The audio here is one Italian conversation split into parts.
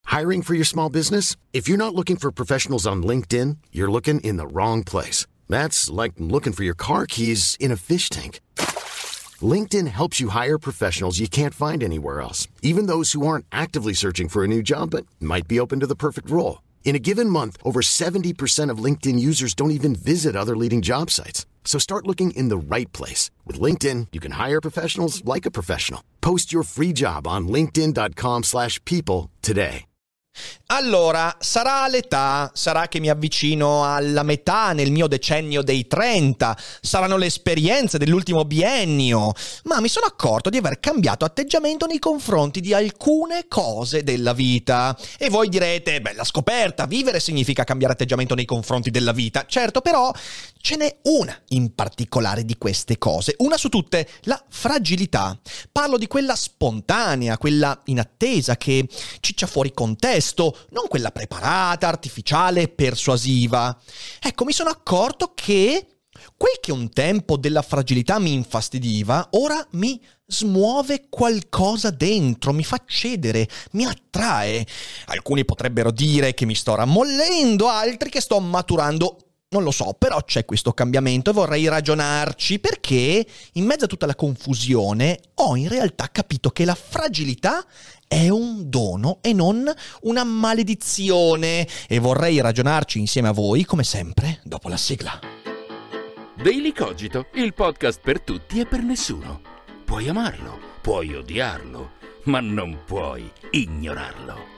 Hiring for your small business? If you're not looking for professionals on LinkedIn, you're looking in the wrong place. That's like looking for your car keys in a fish tank. LinkedIn helps you hire professionals you can't find anywhere else, even those who aren't actively searching for a new job but might be open to the perfect role. In a given month, over 70% of LinkedIn users don't even visit other leading job sites. So start looking in the right place. With LinkedIn, you can hire professionals like a professional. Post your free job on linkedin.com/people today. Allora, sarà l'età, sarà che mi avvicino alla metà nel mio decennio dei 30, saranno le esperienze dell'ultimo biennio, ma mi sono accorto di aver cambiato atteggiamento nei confronti di alcune cose della vita. E voi direte, bella scoperta, vivere significa cambiare atteggiamento nei confronti della vita. Certo, però ce n'è una in particolare di queste cose, una su tutte, la fragilità. Parlo di quella spontanea, quella inattesa che ciccia fuori contesto, non quella preparata, artificiale, persuasiva. Ecco, mi sono accorto che quel che un tempo della fragilità mi infastidiva, ora mi smuove qualcosa dentro, mi fa cedere, mi attrae. Alcuni potrebbero dire che mi sto rammollendo, altri che sto maturando. Non lo so, però c'è questo cambiamento e vorrei ragionarci perché in mezzo a tutta la confusione ho in realtà capito che la fragilità è un dono e non una maledizione e vorrei ragionarci insieme a voi come sempre dopo la sigla. Daily Cogito, il podcast per tutti e per nessuno. Puoi amarlo, puoi odiarlo, ma non puoi ignorarlo.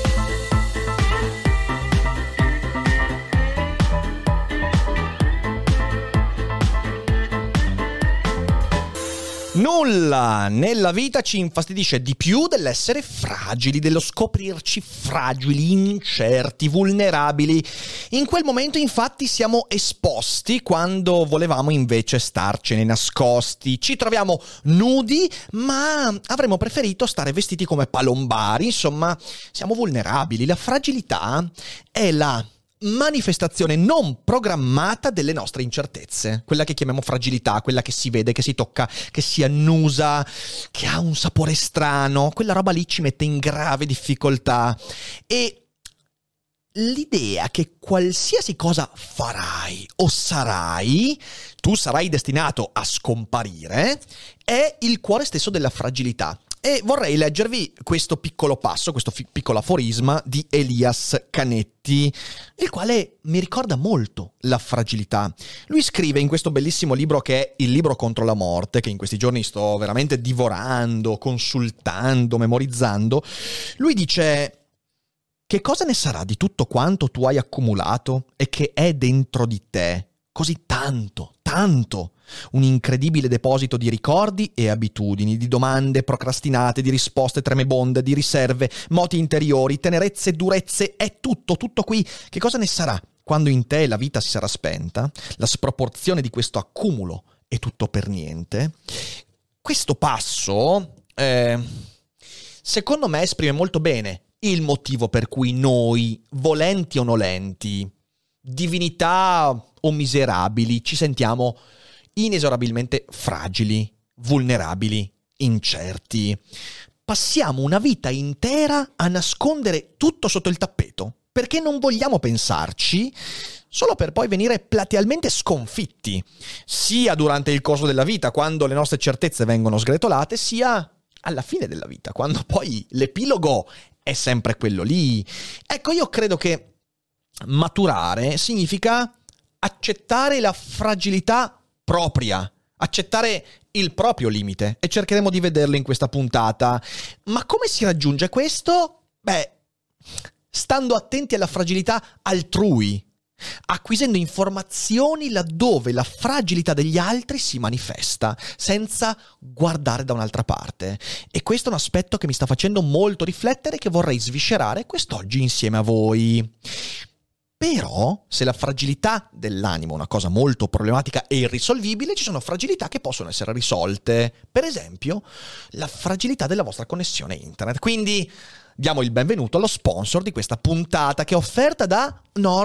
Nulla nella vita ci infastidisce di più dell'essere fragili, dello scoprirci fragili, incerti, vulnerabili. In quel momento infatti siamo esposti quando volevamo invece starcene nascosti. Ci troviamo nudi, ma avremmo preferito stare vestiti come palombari. Insomma, siamo vulnerabili. La fragilità è la manifestazione non programmata delle nostre incertezze, quella che chiamiamo fragilità, quella che si vede, che si tocca, che si annusa, che ha un sapore strano, quella roba lì ci mette in grave difficoltà. E l'idea che qualsiasi cosa farai o sarai, tu sarai destinato a scomparire, è il cuore stesso della fragilità. E vorrei leggervi questo piccolo passo, questo piccolo aforisma di Elias Canetti, il quale mi ricorda molto la fragilità. Lui scrive in questo bellissimo libro che è Il libro contro la morte, che in questi giorni sto veramente divorando, consultando, memorizzando. Lui dice: che cosa ne sarà di tutto quanto tu hai accumulato e che è dentro di te? Così tanto, tanto. Un incredibile deposito di ricordi e abitudini, di domande procrastinate, di risposte tremebonde, di riserve, moti interiori, tenerezze, durezze, è tutto qui. Che cosa ne sarà quando in te la vita si sarà spenta? La sproporzione di questo accumulo è tutto per niente. Questo passo, secondo me, esprime molto bene il motivo per cui noi, volenti o nolenti, divinità o miserabili, ci sentiamo inesorabilmente fragili, vulnerabili, incerti. Passiamo una vita intera a nascondere tutto sotto il tappeto, perché non vogliamo pensarci, solo per poi venire platealmente sconfitti, sia durante il corso della vita, quando le nostre certezze vengono sgretolate, sia alla fine della vita, quando poi l'epilogo è sempre quello lì. Ecco, io credo che maturare significa accettare la fragilità propria, accettare il proprio limite, e cercheremo di vederlo in questa puntata. Ma come si raggiunge questo? Beh, stando attenti alla fragilità altrui, acquisendo informazioni laddove la fragilità degli altri si manifesta, senza guardare da un'altra parte. E questo è un aspetto che mi sta facendo molto riflettere, che vorrei sviscerare quest'oggi insieme a voi. Però, se la fragilità dell'animo è una cosa molto problematica e irrisolvibile, ci sono fragilità che possono essere risolte. Per esempio, la fragilità della vostra connessione internet. Quindi, diamo il benvenuto allo sponsor di questa puntata, che è offerta da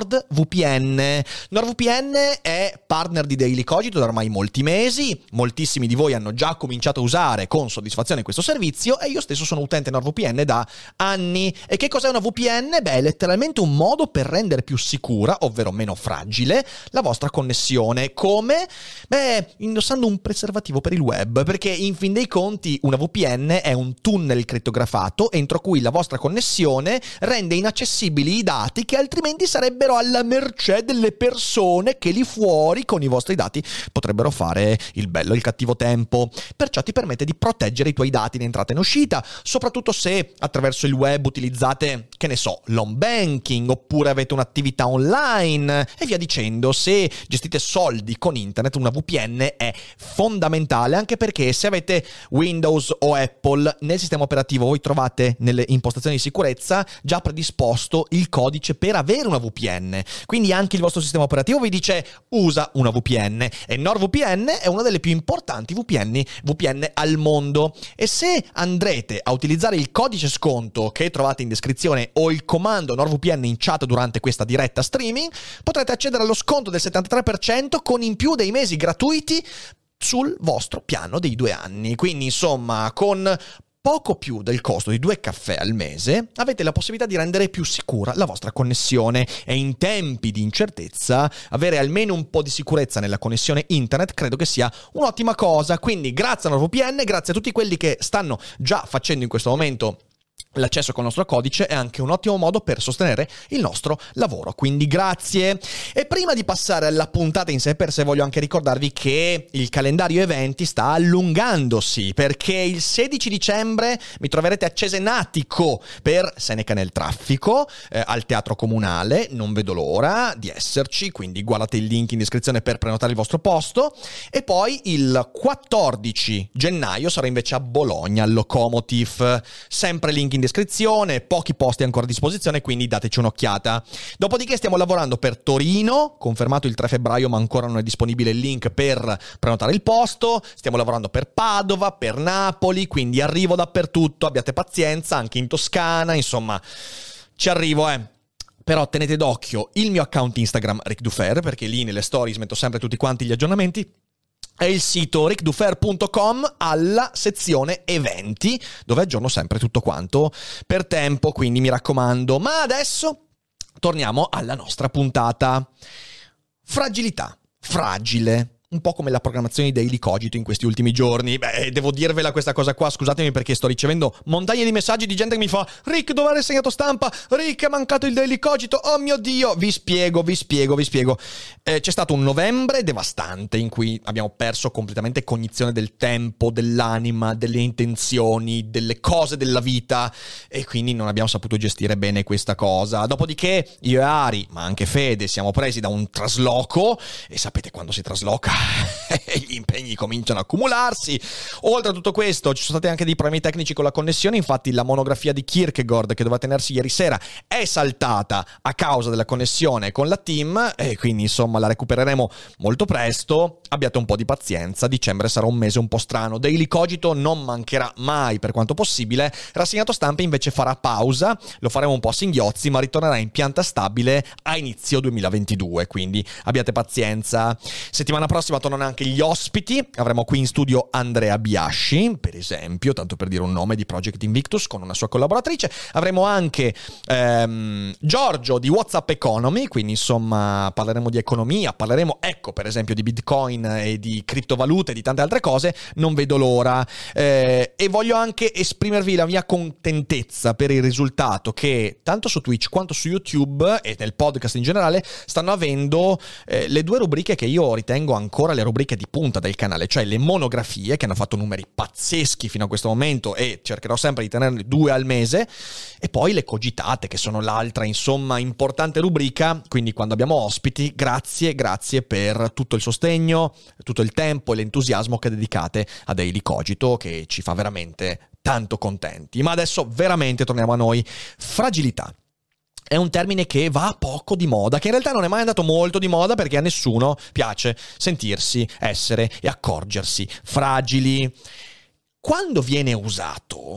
NordVPN. NordVPN è partner di Daily Cogito da ormai molti mesi, moltissimi di voi hanno già cominciato a usare con soddisfazione questo servizio e io stesso sono utente NordVPN da anni. E che cos'è una VPN? Beh, è letteralmente un modo per rendere più sicura, ovvero meno fragile, la vostra connessione. Come? Beh, indossando un preservativo per il web, perché in fin dei conti una VPN è un tunnel crittografato entro cui la vostra connessione rende inaccessibili i dati che altrimenti sarebbero alla mercé delle persone che lì fuori con i vostri dati potrebbero fare il bello e il cattivo tempo. Perciò ti permette di proteggere i tuoi dati in entrata e in uscita, soprattutto se attraverso il web utilizzate, che ne so, l'home banking, oppure avete un'attività online e via dicendo. Se gestite soldi con internet, una VPN è fondamentale, anche perché se avete Windows o Apple, nel sistema operativo voi trovate nelle impostazioni di sicurezza già predisposto il codice per avere una VPN. Quindi anche il vostro sistema operativo vi dice usa una VPN, e NordVPN è una delle più importanti VPN al mondo. E se andrete a utilizzare il codice sconto che trovate in descrizione o il comando NordVPN in chat durante questa diretta streaming, potrete accedere allo sconto del 73% con in più dei mesi gratuiti sul vostro piano dei 2 anni. Quindi insomma, con poco più del costo di 2 caffè al mese avete la possibilità di rendere più sicura la vostra connessione, e in tempi di incertezza avere almeno un po' di sicurezza nella connessione internet credo che sia un'ottima cosa. Quindi grazie a NordVPN, grazie a tutti quelli che stanno già facendo in questo momento l'accesso col nostro codice, è anche un ottimo modo per sostenere il nostro lavoro, quindi grazie. E prima di passare alla puntata in sé per sé voglio anche ricordarvi che il calendario eventi sta allungandosi, perché il 16 dicembre mi troverete a Cesenatico per Seneca nel traffico, al Teatro Comunale. Non vedo l'ora di esserci, quindi guardate il link in descrizione per prenotare il vostro posto. E poi il 14 gennaio sarò invece a Bologna, al Locomotive, sempre link in descrizione, pochi posti ancora a disposizione, quindi dateci un'occhiata. Dopodiché stiamo lavorando per Torino, confermato il 3 febbraio ma ancora non è disponibile il link per prenotare il posto. Stiamo lavorando per Padova, per Napoli, quindi arrivo dappertutto, abbiate pazienza, anche in Toscana, insomma ci arrivo, Però tenete d'occhio il mio account Instagram Ric Dufer, perché lì nelle stories metto sempre tutti quanti gli aggiornamenti, è il sito ricdufer.com alla sezione eventi, dove aggiorno sempre tutto quanto per tempo, quindi mi raccomando. Ma adesso torniamo alla nostra puntata. Fragilità, fragile, un po' come la programmazione di Daily Cogito in questi ultimi giorni. Beh, devo dirvela questa cosa qua, scusatemi, perché sto ricevendo montagne di messaggi di gente che mi fa: Rick, dove hai rassegnato stampa? Rick, è mancato il Daily Cogito, oh mio Dio! Vi spiego. C'è stato un novembre devastante in cui abbiamo perso completamente cognizione del tempo, dell'anima, delle intenzioni, delle cose della vita, e quindi non abbiamo saputo gestire bene questa cosa. Dopodiché io e Ari, ma anche Fede, siamo presi da un trasloco, e sapete quando si trasloca gli impegni cominciano a accumularsi. Oltre a tutto questo ci sono stati anche dei problemi tecnici con la connessione. Infatti la monografia di Kierkegaard, che doveva tenersi ieri sera, è saltata a causa della connessione con la team, e quindi insomma la recupereremo molto presto. Abbiate un po' di pazienza, dicembre sarà un mese un po' strano. Daily Cogito non mancherà mai per quanto possibile, rassegnato stampa invece farà pausa, lo faremo un po' a singhiozzi, ma ritornerà in pianta stabile a inizio 2022, quindi abbiate pazienza. Settimana prossima tornano anche gli ospiti. Avremo qui in studio Andrea Biasci, per esempio, tanto per dire un nome, di Project Invictus, con una sua collaboratrice. Avremo anche Giorgio di WhatsApp Economy, quindi insomma parleremo di economia, parleremo, ecco, per esempio di Bitcoin e di criptovalute e di tante altre cose. Non vedo l'ora, e voglio anche esprimervi la mia contentezza per il risultato che tanto su Twitch quanto su YouTube e nel podcast in generale stanno avendo le 2 rubriche che io ritengo ancora le rubriche di punta del canale, cioè le monografie, che hanno fatto numeri pazzeschi fino a questo momento e cercherò sempre di tenerne 2 al mese, e poi le cogitate, che sono l'altra insomma importante rubrica. Quindi quando abbiamo ospiti, grazie per tutto il sostegno, tutto il tempo e l'entusiasmo che dedicate a Daily Cogito, che ci fa veramente tanto contenti. Ma adesso veramente torniamo a noi. Fragilità è un termine che va poco di moda, che in realtà non è mai andato molto di moda, perché a nessuno piace sentirsi, essere e accorgersi fragili. Quando viene usato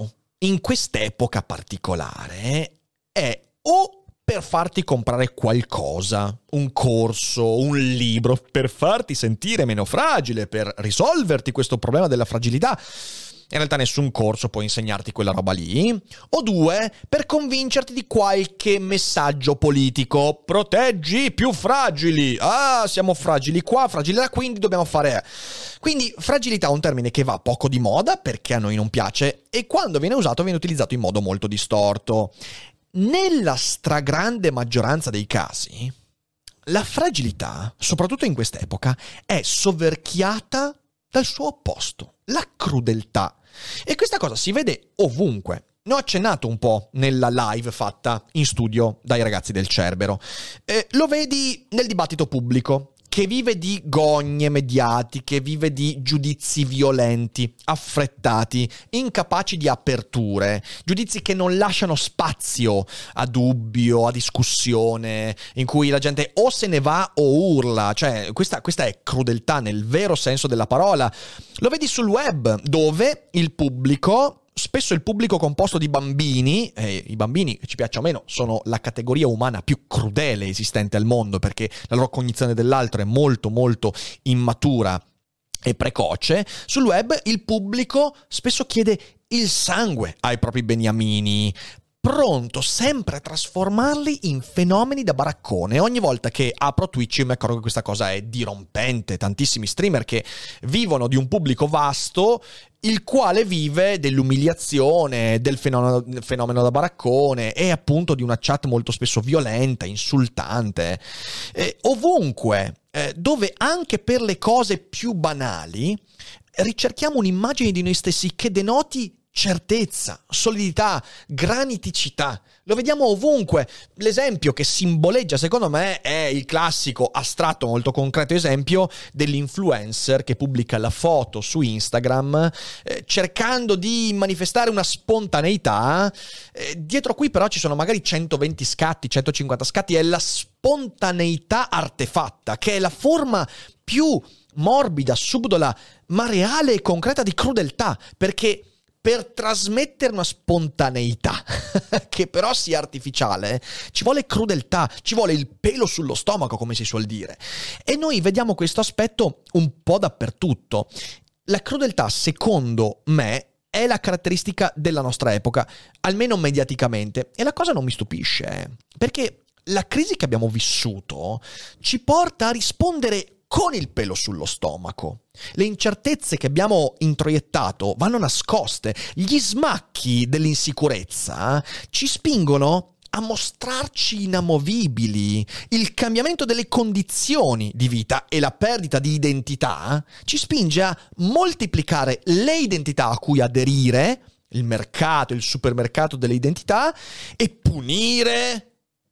in quest'epoca particolare è o per farti comprare qualcosa, un corso, un libro, per farti sentire meno fragile, per risolverti questo problema della fragilità. In realtà nessun corso può insegnarti quella roba lì. O due, per convincerti di qualche messaggio politico. Proteggi i più fragili. Ah, siamo fragili qua, fragili là, quindi dobbiamo fare... Quindi fragilità è un termine che va poco di moda perché a noi non piace e quando viene usato viene utilizzato in modo molto distorto. Nella stragrande maggioranza dei casi, la fragilità, soprattutto in quest'epoca, è soverchiata dal suo opposto, la crudeltà. E questa cosa si vede ovunque. Ne ho accennato un po' nella live fatta in studio dai ragazzi del Cerbero. Lo vedi nel dibattito pubblico, che vive di gogne mediatiche, vive di giudizi violenti, affrettati, incapaci di aperture, giudizi che non lasciano spazio a dubbio, a discussione, in cui la gente o se ne va o urla, cioè questa è crudeltà nel vero senso della parola. Lo vedi sul web, dove il pubblico... Spesso il pubblico composto di bambini, e i bambini, ci piaccia o meno, sono la categoria umana più crudele esistente al mondo perché la loro cognizione dell'altro è molto molto immatura e precoce. Sul web il pubblico spesso chiede il sangue ai propri beniamini, pronto sempre a trasformarli in fenomeni da baraccone. Ogni volta che apro Twitch io mi accorgo che questa cosa è dirompente. Tantissimi streamer che vivono di un pubblico vasto, il quale vive dell'umiliazione, del fenomeno da baraccone e appunto di una chat molto spesso violenta, insultante. Ovunque, dove anche per le cose più banali ricerchiamo un'immagine di noi stessi che denoti certezza, solidità, graniticità. Lo vediamo ovunque. L'esempio che simboleggia, secondo me, è il classico, astratto, molto concreto esempio dell'influencer che pubblica la foto su Instagram cercando di manifestare una spontaneità. Dietro qui però ci sono magari 120 scatti, 150 scatti. È la spontaneità artefatta, che è la forma più morbida, subdola, ma reale e concreta di crudeltà, perché per trasmettere una spontaneità che però sia artificiale ci vuole crudeltà, ci vuole il pelo sullo stomaco, come si suol dire. E noi vediamo questo aspetto un po' dappertutto. La crudeltà, secondo me, è la caratteristica della nostra epoca, almeno mediaticamente. E la cosa non mi stupisce, perché la crisi che abbiamo vissuto ci porta a rispondere con il pelo sullo stomaco. Le incertezze che abbiamo introiettato vanno nascoste. Gli smacchi dell'insicurezza ci spingono a mostrarci inamovibili. Il cambiamento delle condizioni di vita e la perdita di identità ci spinge a moltiplicare le identità a cui aderire, il mercato, il supermercato delle identità, e punire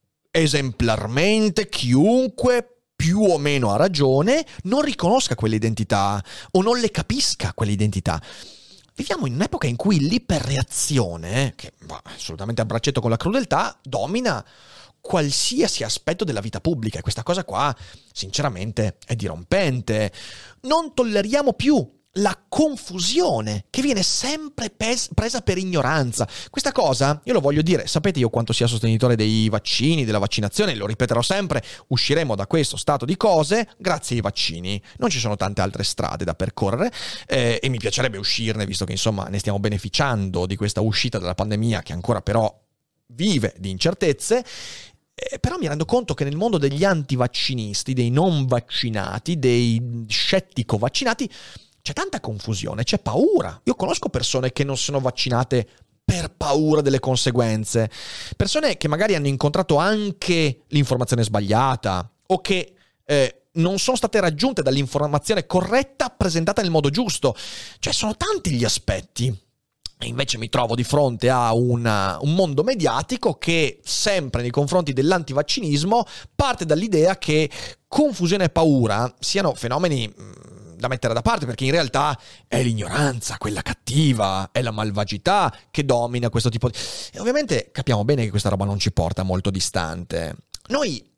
esemplarmente chiunque più o meno a ragione non riconosca quelle identità o non le capisca quelle identità. Viviamo in un'epoca in cui l'iperreazione, che va assolutamente a braccetto con la crudeltà, domina qualsiasi aspetto della vita pubblica, e questa cosa qua sinceramente è dirompente. Non tolleriamo più la confusione che viene sempre presa per ignoranza. Questa cosa, io lo voglio dire, sapete io quanto sia sostenitore dei vaccini, della vaccinazione, lo ripeterò sempre, usciremo da questo stato di cose grazie ai vaccini. Non ci sono tante altre strade da percorrere e mi piacerebbe uscirne, visto che insomma ne stiamo beneficiando di questa uscita dalla pandemia che ancora però vive di incertezze. Però mi rendo conto che nel mondo degli antivaccinisti, dei non vaccinati, dei scettico vaccinati, c'è tanta confusione, c'è paura. Io conosco persone che non sono vaccinate per paura delle conseguenze, persone che magari hanno incontrato anche l'informazione sbagliata o che non sono state raggiunte dall'informazione corretta presentata nel modo giusto. Cioè sono tanti gli aspetti. E invece mi trovo di fronte a un mondo mediatico che sempre nei confronti dell'antivaccinismo parte dall'idea che confusione e paura siano fenomeni da mettere da parte, perché in realtà è l'ignoranza, quella cattiva, è la malvagità che domina questo tipo di... E ovviamente capiamo bene che questa roba non ci porta molto distante. Noi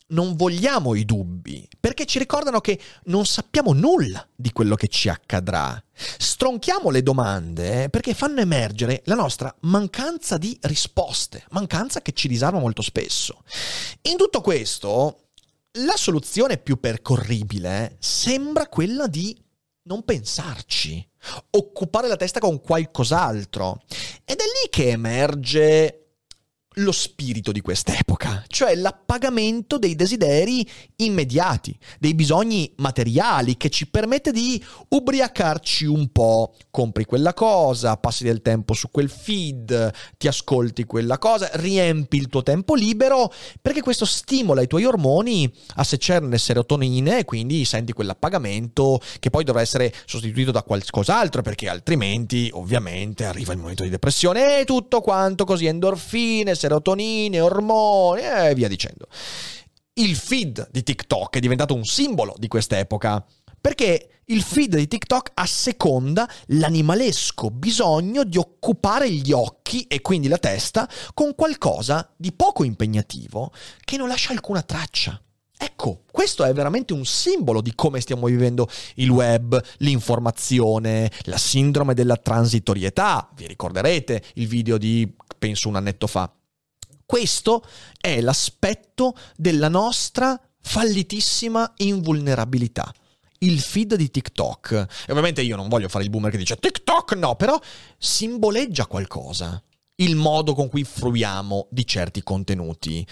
non vogliamo i dubbi, perché ci ricordano che non sappiamo nulla di quello che ci accadrà. Stronchiamo le domande perché fanno emergere la nostra mancanza di risposte, mancanza che ci disarma molto spesso. In tutto questo, la soluzione più percorribile sembra quella di non pensarci, occupare la testa con qualcos'altro. Ed è lì che emerge lo spirito di quest'epoca, cioè l'appagamento dei desideri immediati, dei bisogni materiali, che ci permette di ubriacarci un po'. Compri quella cosa, passi del tempo su quel feed, ti ascolti quella cosa, riempi il tuo tempo libero, perché questo stimola i tuoi ormoni a secerne serotonine e quindi senti quell'appagamento che poi dovrà essere sostituito da qualcos'altro, perché altrimenti ovviamente arriva il momento di depressione e tutto quanto così, endorfine, serotonine, ormoni e via dicendo. Il feed di TikTok è diventato un simbolo di quest'epoca, perché il feed di TikTok asseconda l'animalesco bisogno di occupare gli occhi e quindi la testa con qualcosa di poco impegnativo che non lascia alcuna traccia. Ecco, questo è veramente un simbolo di come stiamo vivendo il web, l'informazione, la sindrome della transitorietà. Vi ricorderete il video di, penso, un annetto fa. Questo è l'aspetto della nostra fallitissima invulnerabilità. Il feed di TikTok. E ovviamente io non voglio fare il boomer che dice TikTok no, però simboleggia qualcosa. Il modo con cui fruiamo di certi contenuti.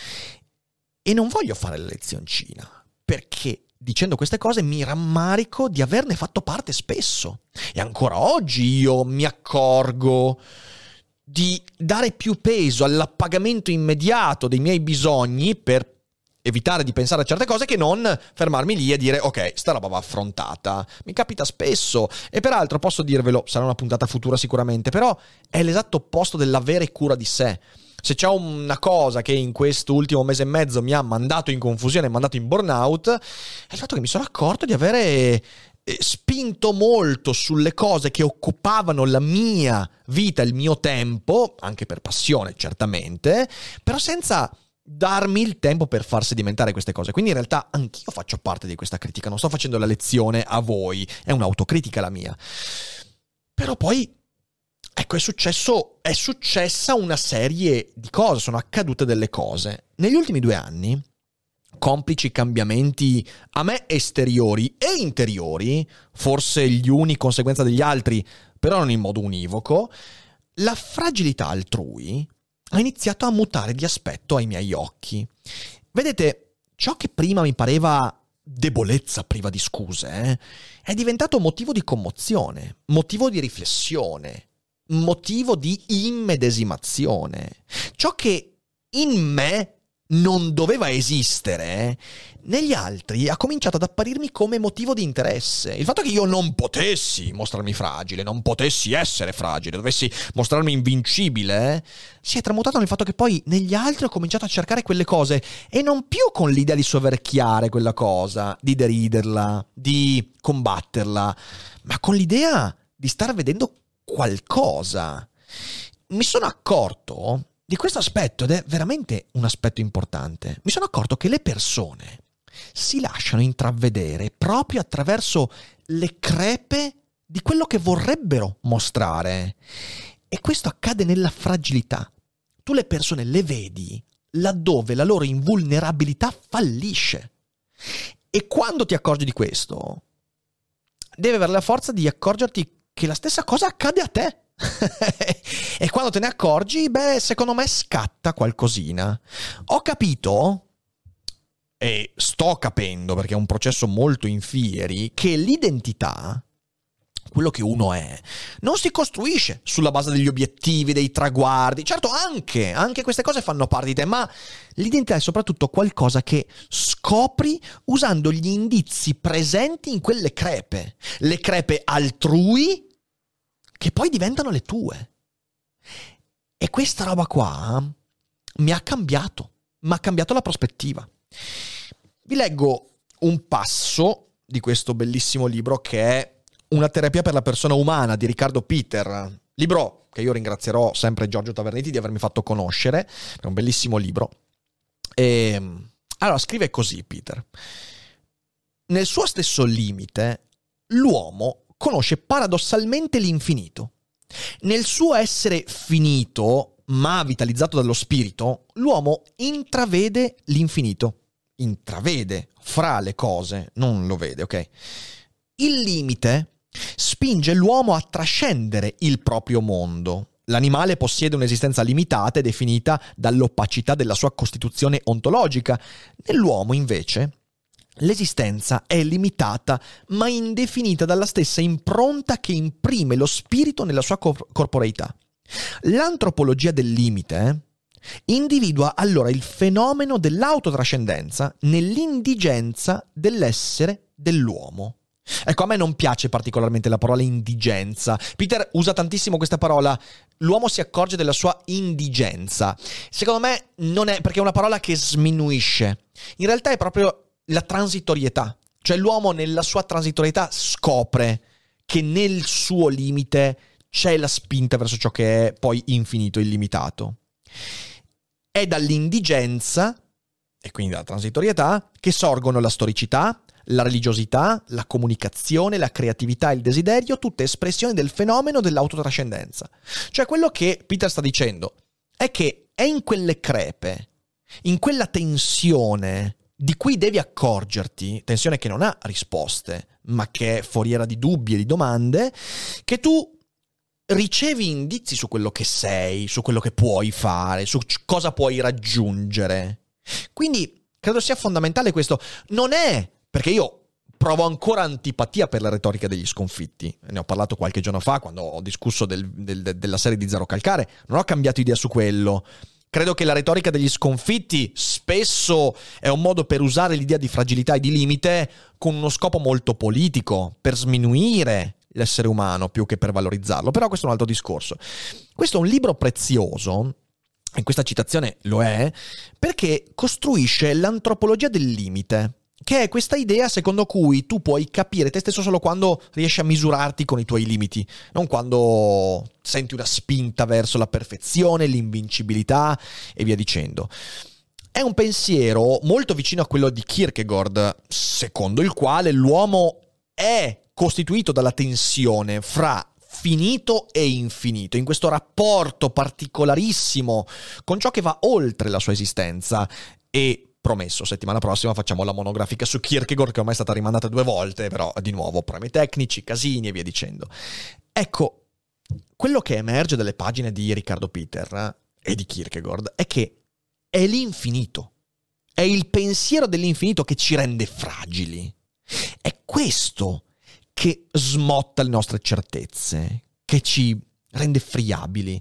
E non voglio fare la lezioncina, perché dicendo queste cose mi rammarico di averne fatto parte spesso. E ancora oggi io mi accorgo di dare più peso all'appagamento immediato dei miei bisogni per evitare di pensare a certe cose che non fermarmi lì e dire ok, sta roba va affrontata. Mi capita spesso e peraltro posso dirvelo, sarà una puntata futura sicuramente, però è l'esatto opposto dell'avere cura di sé. Se c'è una cosa che in quest'ultimo mese e mezzo mi ha mandato in confusione, mandato in burnout, è il fatto che mi sono accorto di avere spinto molto sulle cose che occupavano la mia vita, il mio tempo, anche per passione certamente, però senza darmi il tempo per far sedimentare queste cose. Quindi in realtà anch'io faccio parte di questa critica, non sto facendo la lezione a voi, è un'autocritica la mia. Però poi ecco, è successa una serie di cose, sono accadute delle cose. Negli ultimi 2 anni, complici cambiamenti a me esteriori e interiori, forse gli uni conseguenza degli altri, però non in modo univoco, la fragilità altrui ha iniziato a mutare di aspetto ai miei occhi. Vedete, ciò che prima mi pareva debolezza priva di scuse, è diventato motivo di commozione, motivo di riflessione, motivo di immedesimazione. Ciò che in me non doveva esistere, negli altri ha cominciato ad apparirmi come motivo di interesse. Il fatto che io non potessi mostrarmi fragile, non potessi essere fragile, dovessi mostrarmi invincibile, si è tramutato nel fatto che poi negli altri ho cominciato a cercare quelle cose e non più con l'idea di soverchiare quella cosa, di deriderla, di combatterla, ma con l'idea di star vedendo qualcosa. Mi sono accorto di questo aspetto ed è veramente un aspetto importante. Mi sono accorto che le persone si lasciano intravedere proprio attraverso le crepe di quello che vorrebbero mostrare. E questo accade nella fragilità. Tu le persone le vedi laddove la loro invulnerabilità fallisce. E quando ti accorgi di questo, devi avere la forza di accorgerti che la stessa cosa accade a te. E quando te ne accorgi, secondo me scatta qualcosina. Ho capito, e sto capendo perché è un processo molto in fieri, che l'identità, quello che uno è, non si costruisce sulla base degli obiettivi, dei traguardi. Certo, anche queste cose fanno parte di te, ma l'identità è soprattutto qualcosa che scopri usando gli indizi presenti in quelle crepe, le crepe altrui che poi diventano le tue. E questa roba qua mi ha cambiato la prospettiva. Vi leggo un passo di questo bellissimo libro che è Una terapia per la persona umana di Riccardo Peter, libro che io ringrazierò sempre Giorgio Taverniti di avermi fatto conoscere, è un bellissimo libro. E Allora, scrive così Peter. Nel suo stesso limite, l'uomo conosce paradossalmente l'infinito. Nel suo essere finito, ma vitalizzato dallo spirito, l'uomo intravede l'infinito. Intravede fra le cose, non lo vede, ok? Il limite spinge l'uomo a trascendere il proprio mondo. L'animale possiede un'esistenza limitata e definita dall'opacità della sua costituzione ontologica. Nell'uomo, invece, l'esistenza è limitata, ma indefinita dalla stessa impronta che imprime lo spirito nella sua corporeità. L'antropologia del limite individua allora il fenomeno dell'autotrascendenza nell'indigenza dell'essere dell'uomo. Ecco, a me non piace particolarmente la parola indigenza. Peter usa tantissimo questa parola. L'uomo si accorge della sua indigenza. Secondo me non è, perché è una parola che sminuisce. In realtà è proprio la transitorietà. Cioè l'uomo nella sua transitorietà scopre che nel suo limite c'è la spinta verso ciò che è poi infinito, illimitato. È dall'indigenza, e quindi dalla transitorietà, che sorgono la storicità, la religiosità, la comunicazione, la creatività e il desiderio, tutte espressioni del fenomeno dell'autotrascendenza. Cioè quello che Peter sta dicendo è che è in quelle crepe, in quella tensione di cui devi accorgerti, tensione che non ha risposte, ma che è foriera di dubbi e di domande, che tu ricevi indizi su quello che sei, su quello che puoi fare, su cosa puoi raggiungere. Quindi credo sia fondamentale questo. Non è perché io provo ancora antipatia per la retorica degli sconfitti. Ne ho parlato qualche giorno fa quando ho discusso della serie di Zero Calcare. Non ho cambiato idea su quello. Credo che la retorica degli sconfitti spesso è un modo per usare l'idea di fragilità e di limite con uno scopo molto politico, per sminuire l'essere umano più che per valorizzarlo. Però questo è un altro discorso. Questo è un libro prezioso, e questa citazione lo è, perché costruisce l'antropologia del limite, che è questa idea secondo cui tu puoi capire te stesso solo quando riesci a misurarti con i tuoi limiti, non quando senti una spinta verso la perfezione, l'invincibilità e via dicendo. È un pensiero molto vicino a quello di Kierkegaard, secondo il quale l'uomo è costituito dalla tensione fra finito e infinito, in questo rapporto particolarissimo con ciò che va oltre la sua esistenza. E promesso, settimana prossima facciamo la monografica su Kierkegaard, che ormai è stata rimandata 2 volte, però di nuovo problemi tecnici, casini e via dicendo. Ecco, quello che emerge dalle pagine di Riccardo Peter e di Kierkegaard è che è l'infinito, è il pensiero dell'infinito che ci rende fragili. È questo che smotta le nostre certezze, che ci rende friabili.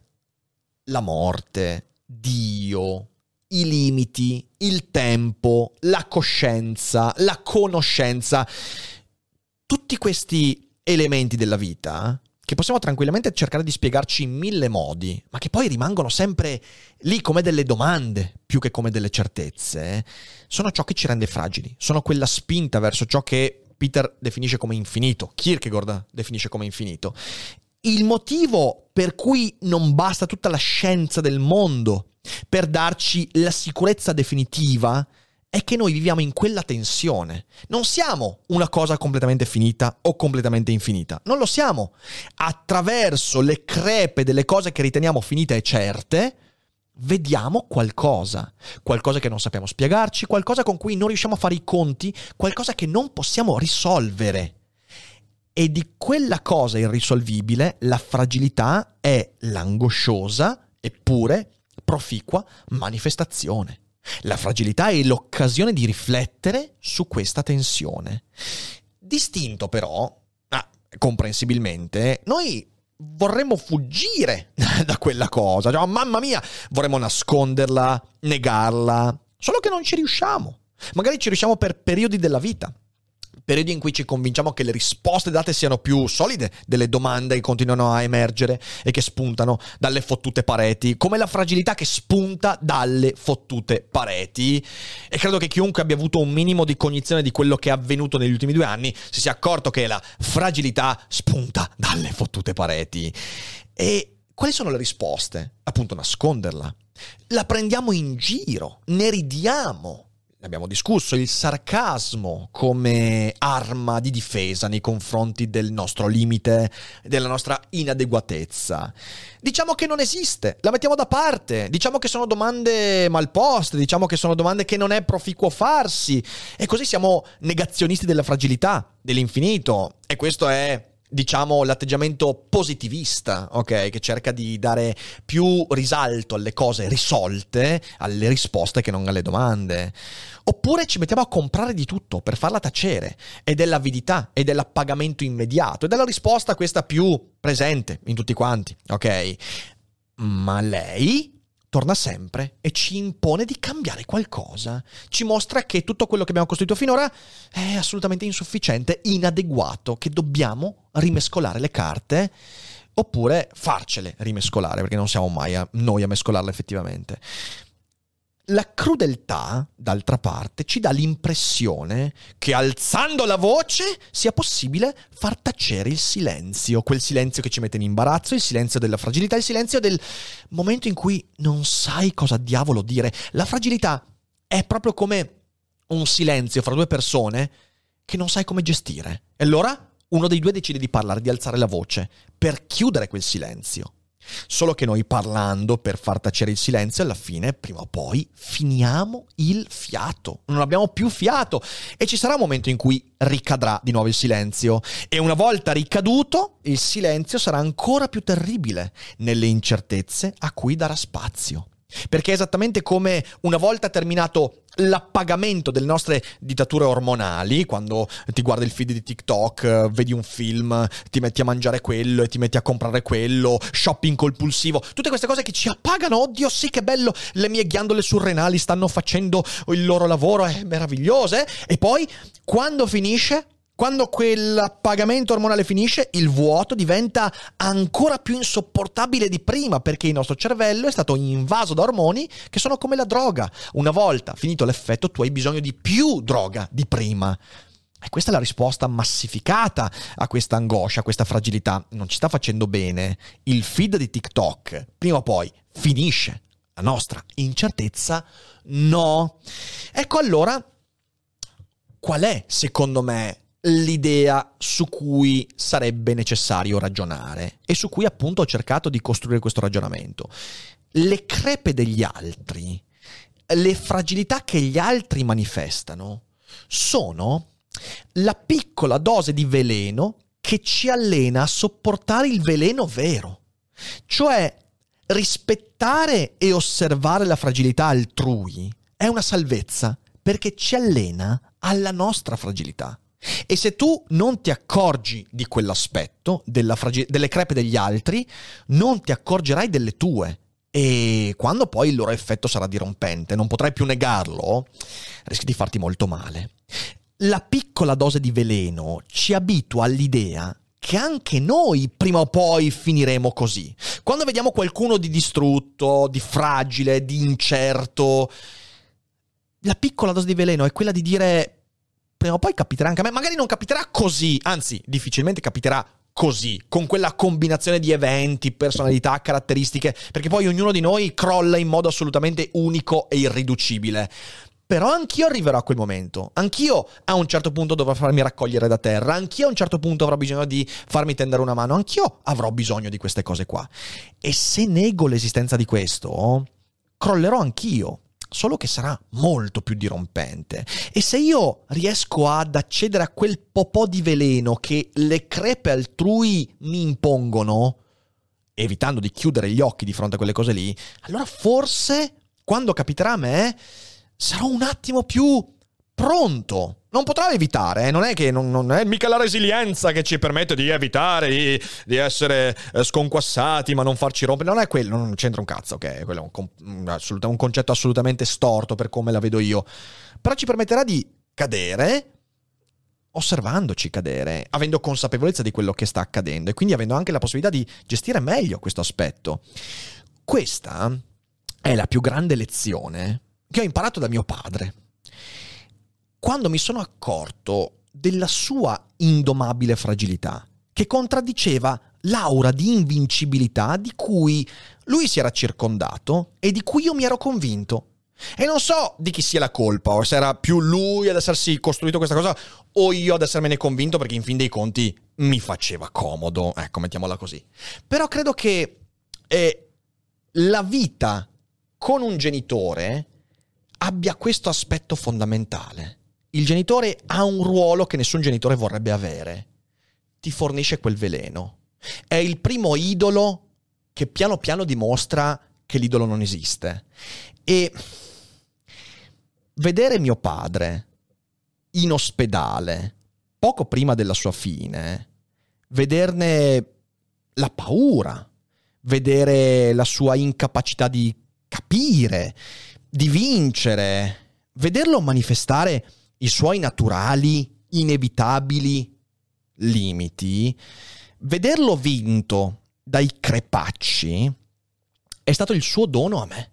La morte, Dio, i limiti, il tempo, la coscienza, la conoscenza, tutti questi elementi della vita che possiamo tranquillamente cercare di spiegarci in 1000 modi, ma che poi rimangono sempre lì come delle domande più che come delle certezze, sono ciò che ci rende fragili, sono quella spinta verso ciò che Peter definisce come infinito, Kierkegaard definisce come infinito. Il motivo per cui non basta tutta la scienza del mondo per darci la sicurezza definitiva è che noi viviamo in quella tensione. Non siamo una cosa completamente finita o completamente infinita. Non lo siamo. Attraverso le crepe delle cose che riteniamo finite e certe, vediamo qualcosa che non sappiamo spiegarci, qualcosa con cui non riusciamo a fare i conti, qualcosa che non possiamo risolvere. E di quella cosa irrisolvibile la fragilità è l'angosciosa, eppure proficua manifestazione. La fragilità è l'occasione di riflettere su questa tensione. Distinto però, comprensibilmente, noi vorremmo fuggire da quella cosa. Cioè, mamma mia, vorremmo nasconderla, negarla, solo che non ci riusciamo. Magari ci riusciamo per periodi della vita. Periodi in cui ci convinciamo che le risposte date siano più solide delle domande che continuano a emergere e che spuntano dalle fottute pareti, come la fragilità che spunta dalle fottute pareti. E credo che chiunque abbia avuto un minimo di cognizione di quello che è avvenuto negli ultimi 2 anni si sia accorto che la fragilità spunta dalle fottute pareti. E quali sono le risposte? Appunto, nasconderla. La prendiamo in giro, ne ridiamo. abbiamo discusso, il sarcasmo come arma di difesa nei confronti del nostro limite, della nostra inadeguatezza. Diciamo che non esiste, la mettiamo da parte, diciamo che sono domande mal poste, diciamo che sono domande che non è proficuo farsi, e così siamo negazionisti della fragilità, dell'infinito, e questo è, diciamo, l'atteggiamento positivista, ok? Che cerca di dare più risalto alle cose risolte, alle risposte, che non alle domande. Oppure ci mettiamo a comprare di tutto per farla tacere, ed è l'avidità, ed è l'appagamento immediato, ed è la risposta questa più presente in tutti quanti, ok? Ma lei torna sempre e ci impone di cambiare qualcosa. Ci mostra che tutto quello che abbiamo costruito finora è assolutamente insufficiente, inadeguato, che dobbiamo rimescolare le carte, oppure farcele rimescolare, perché non siamo mai noi a mescolarle effettivamente. La crudeltà, d'altra parte, ci dà l'impressione che alzando la voce sia possibile far tacere il silenzio, quel silenzio che ci mette in imbarazzo, il silenzio della fragilità, il silenzio del momento in cui non sai cosa diavolo dire. La fragilità è proprio come un silenzio fra due persone che non sai come gestire. E allora uno dei due decide di parlare, di alzare la voce per chiudere quel silenzio. Solo che noi, parlando per far tacere il silenzio, alla fine, prima o poi, finiamo il fiato. Non abbiamo più fiato e ci sarà un momento in cui ricadrà di nuovo il silenzio. E una volta ricaduto, il silenzio sarà ancora più terribile nelle incertezze a cui darà spazio. Perché è esattamente come una volta terminato l'appagamento delle nostre dittature ormonali, quando ti guardi il feed di TikTok, vedi un film, ti metti a mangiare quello e ti metti a comprare quello, shopping compulsivo, tutte queste cose che ci appagano. Oddio sì, che bello, le mie ghiandole surrenali stanno facendo il loro lavoro, è meraviglioso, eh? E poi quando finisce, quando quell'appagamento ormonale finisce, il vuoto diventa ancora più insopportabile di prima, perché il nostro cervello è stato invaso da ormoni che sono come la droga. Una volta finito l'effetto, tu hai bisogno di più droga di prima. E questa è la risposta massificata a questa angoscia, a questa fragilità. Non ci sta facendo bene. Il feed di TikTok, prima o poi, finisce. La nostra incertezza, no. Ecco allora, qual è, secondo me, l'idea su cui sarebbe necessario ragionare e su cui appunto ho cercato di costruire questo ragionamento? Le crepe degli altri, le fragilità che gli altri manifestano, sono la piccola dose di veleno che ci allena a sopportare il veleno vero. Cioè, rispettare e osservare la fragilità altrui è una salvezza, perché ci allena alla nostra fragilità. E se tu non ti accorgi di quell'aspetto, delle crepe degli altri, non ti accorgerai delle tue. E quando poi il loro effetto sarà dirompente, non potrai più negarlo, rischi di farti molto male. La piccola dose di veleno ci abitua all'idea che anche noi prima o poi finiremo così. Quando vediamo qualcuno di distrutto, di fragile, di incerto, la piccola dose di veleno è quella di dire: prima o poi capiterà anche a me. Magari non capiterà così, anzi, difficilmente capiterà così, con quella combinazione di eventi, personalità, caratteristiche, perché poi ognuno di noi crolla in modo assolutamente unico e irriducibile. Però anch'io arriverò a quel momento. Anch'io a un certo punto dovrò farmi raccogliere da terra. Anch'io a un certo punto avrò bisogno di farmi tendere una mano. Anch'io avrò bisogno di queste cose qua. E se nego l'esistenza di questo, crollerò anch'io. Solo che sarà molto più dirompente. E se io riesco ad accedere a quel po' di veleno che le crepe altrui mi impongono, evitando di chiudere gli occhi di fronte a quelle cose lì, allora forse, quando capiterà a me, sarò un attimo più pronto. Non potrò evitare, non è che non è mica la resilienza che ci permette di evitare di essere sconquassati ma non farci rompere, non è quello, non c'entra un cazzo, ok? Quello è un concetto assolutamente storto per come la vedo io, però ci permetterà di cadere osservandoci cadere, avendo consapevolezza di quello che sta accadendo e quindi avendo anche la possibilità di gestire meglio questo aspetto. Questa è la più grande lezione che ho imparato da mio padre. Quando mi sono accorto della sua indomabile fragilità, che contraddiceva l'aura di invincibilità di cui lui si era circondato e di cui io mi ero convinto. E non so di chi sia la colpa, o se era più lui ad essersi costruito questa cosa o io ad essermene convinto, perché in fin dei conti mi faceva comodo, ecco, mettiamola così. Però credo che la vita con un genitore abbia questo aspetto fondamentale. Il genitore ha un ruolo che nessun genitore vorrebbe avere. Ti fornisce quel veleno. È il primo idolo che piano piano dimostra che l'idolo non esiste. E vedere mio padre in ospedale poco prima della sua fine, vederne la paura, vedere la sua incapacità di capire, di vincere, vederlo manifestare i suoi naturali, inevitabili limiti, vederlo vinto dai crepacci è stato il suo dono a me.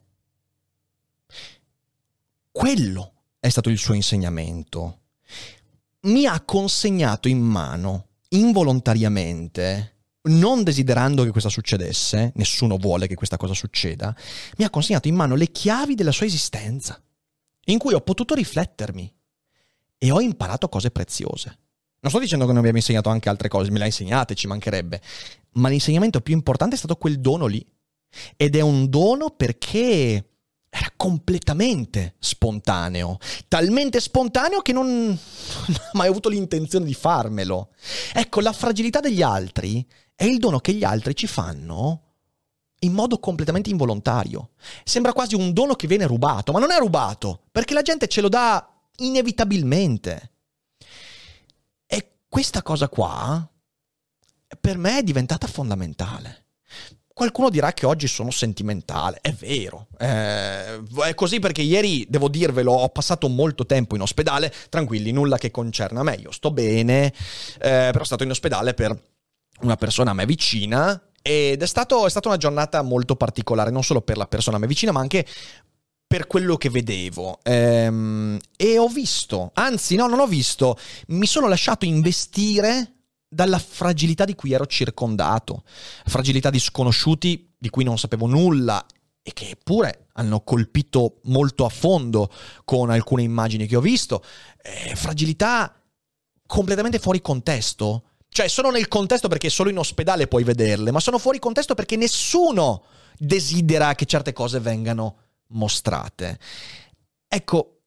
Quello è stato il suo insegnamento. Mi ha consegnato in mano, involontariamente, non desiderando che questa succedesse, nessuno vuole che questa cosa succeda, mi ha consegnato in mano le chiavi della sua esistenza, in cui ho potuto riflettermi e ho imparato cose preziose. Non sto dicendo che non mi abbia insegnato anche altre cose, me le ha insegnate, ci mancherebbe, ma l'insegnamento più importante è stato quel dono lì. Ed è un dono perché era completamente spontaneo, talmente spontaneo che non ho mai avuto l'intenzione di farmelo. Ecco, la fragilità degli altri è il dono che gli altri ci fanno in modo completamente involontario. Sembra quasi un dono che viene rubato, ma non è rubato, perché la gente ce lo dà inevitabilmente. E questa cosa qua per me è diventata fondamentale. Qualcuno dirà che oggi sono sentimentale, è vero, è così perché ieri, devo dirvelo, ho passato molto tempo in ospedale, tranquilli, nulla che concerne a me, io sto bene, però sono stato in ospedale per una persona a me vicina ed è stata una giornata molto particolare, non solo per la persona a me vicina, ma anche per quello che vedevo. E ho visto, anzi no, non ho visto, mi sono lasciato investire dalla fragilità di cui ero circondato, fragilità di sconosciuti di cui non sapevo nulla e che eppure hanno colpito molto a fondo con alcune immagini che ho visto, fragilità completamente fuori contesto, cioè sono nel contesto perché solo in ospedale puoi vederle, ma sono fuori contesto perché nessuno desidera che certe cose vengano mostrate. Ecco,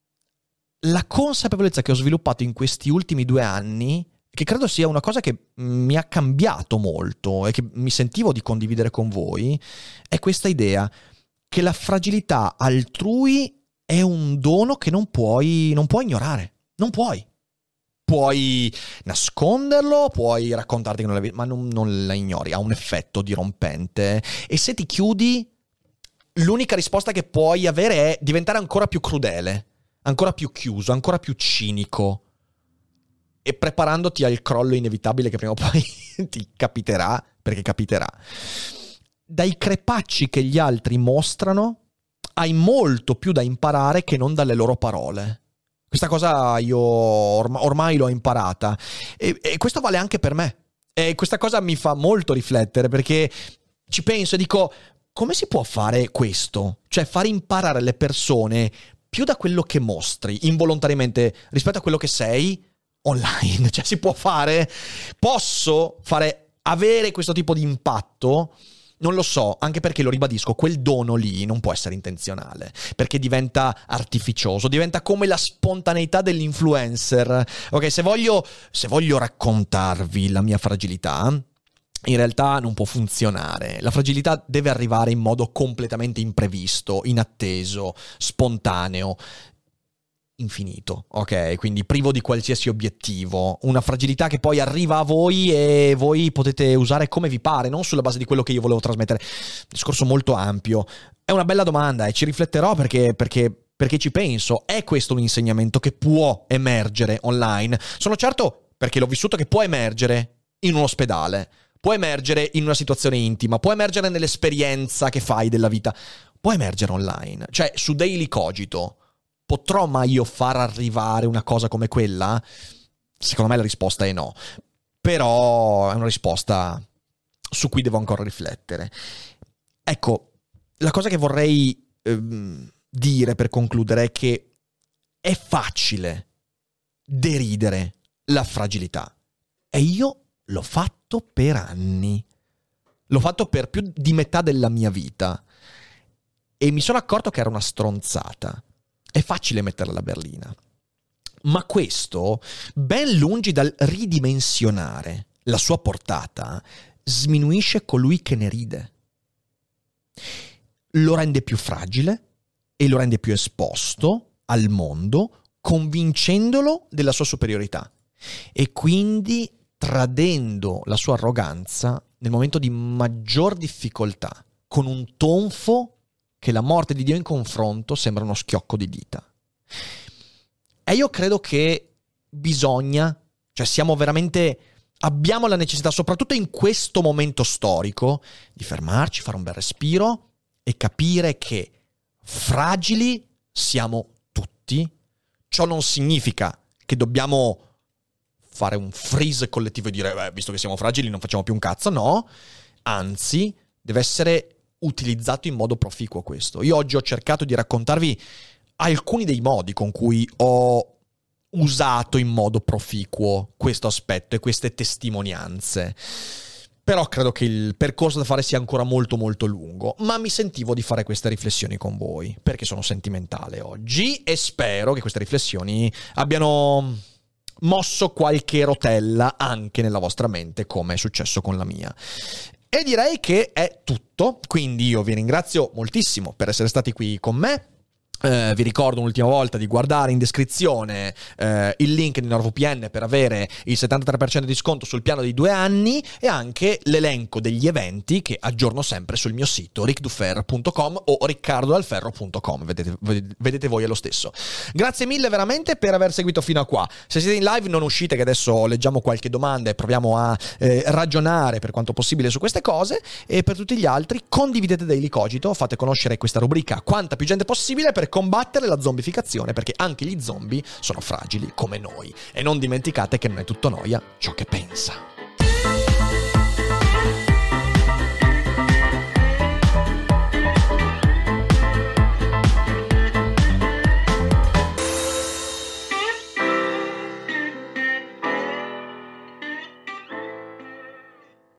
la consapevolezza che ho sviluppato in questi ultimi 2 anni, che credo sia una cosa che mi ha cambiato molto e che mi sentivo di condividere con voi, è questa idea che la fragilità altrui è un dono che non puoi ignorare. Non puoi. Puoi nasconderlo, puoi raccontarti che non la vedi, ma non la ignori, ha un effetto dirompente. E se ti chiudi, l'unica risposta che puoi avere è diventare ancora più crudele, ancora più chiuso, ancora più cinico, e preparandoti al crollo inevitabile che prima o poi ti capiterà, perché capiterà. Dai crepacci che gli altri mostrano hai molto più da imparare che non dalle loro parole. Questa cosa io ormai l'ho imparata e questo vale anche per me. E questa cosa mi fa molto riflettere, perché ci penso e dico: come si può fare questo? Cioè fare imparare le persone più da quello che mostri involontariamente rispetto a quello che sei online. Cioè si può fare? Posso avere questo tipo di impatto? Non lo so, anche perché, lo ribadisco, quel dono lì non può essere intenzionale, perché diventa artificioso, diventa come la spontaneità dell'influencer. Ok, se voglio raccontarvi la mia fragilità, in realtà non può funzionare. La fragilità deve arrivare in modo completamente imprevisto, inatteso, spontaneo, infinito, ok? Quindi privo di qualsiasi obiettivo, una fragilità che poi arriva a voi e voi potete usare come vi pare, non sulla base di quello che io volevo trasmettere. Discorso molto ampio. È una bella domanda e ci rifletterò perché ci penso. È questo un insegnamento che può emergere online? Sono certo, perché l'ho vissuto, che può emergere in un ospedale, può emergere in una situazione intima, può emergere nell'esperienza che fai della vita, può emergere online. Cioè, su Daily Cogito potrò mai io far arrivare una cosa come quella? Secondo me la risposta è no. Però è una risposta su cui devo ancora riflettere. Ecco, la cosa che vorrei dire per concludere è che è facile deridere la fragilità. E io l'ho fatto per anni. L'ho fatto per più di metà della mia vita. E mi sono accorto che era una stronzata. È facile metterla alla berlina. Ma questo, ben lungi dal ridimensionare la sua portata, sminuisce colui che ne ride. Lo rende più fragile e lo rende più esposto al mondo, convincendolo della sua superiorità e quindi tradendo la sua arroganza nel momento di maggior difficoltà, con un tonfo che la morte di Dio in confronto sembra uno schiocco di dita. E io credo che abbiamo la necessità, soprattutto in questo momento storico, di fermarci, fare un bel respiro e capire che fragili siamo tutti. Ciò non significa che dobbiamo fare un freeze collettivo e dire, visto che siamo fragili non facciamo più un cazzo, no. Anzi, deve essere utilizzato in modo proficuo questo. Io oggi ho cercato di raccontarvi alcuni dei modi con cui ho usato in modo proficuo questo aspetto e queste testimonianze. Però credo che il percorso da fare sia ancora molto molto lungo, ma mi sentivo di fare queste riflessioni con voi, perché sono sentimentale oggi e spero che queste riflessioni abbiano mosso qualche rotella anche nella vostra mente, come è successo con la mia. E direi che è tutto, quindi io vi ringrazio moltissimo per essere stati qui con me. Vi ricordo un'ultima volta di guardare in descrizione il link di NordVPN per avere il 73% di sconto sul piano dei 2 anni e anche l'elenco degli eventi che aggiorno sempre sul mio sito rickdufer.com o riccardodalferro.com, vedete voi è lo stesso. Grazie mille veramente per aver seguito fino a qua. Se siete in live non uscite, che adesso leggiamo qualche domanda e proviamo a ragionare per quanto possibile su queste cose, e per tutti gli altri condividete Daily Cogito, fate conoscere questa rubrica a quanta più gente possibile per combattere la zombificazione, perché anche gli zombie sono fragili come noi. E non dimenticate che non è tutto noia ciò che pensa.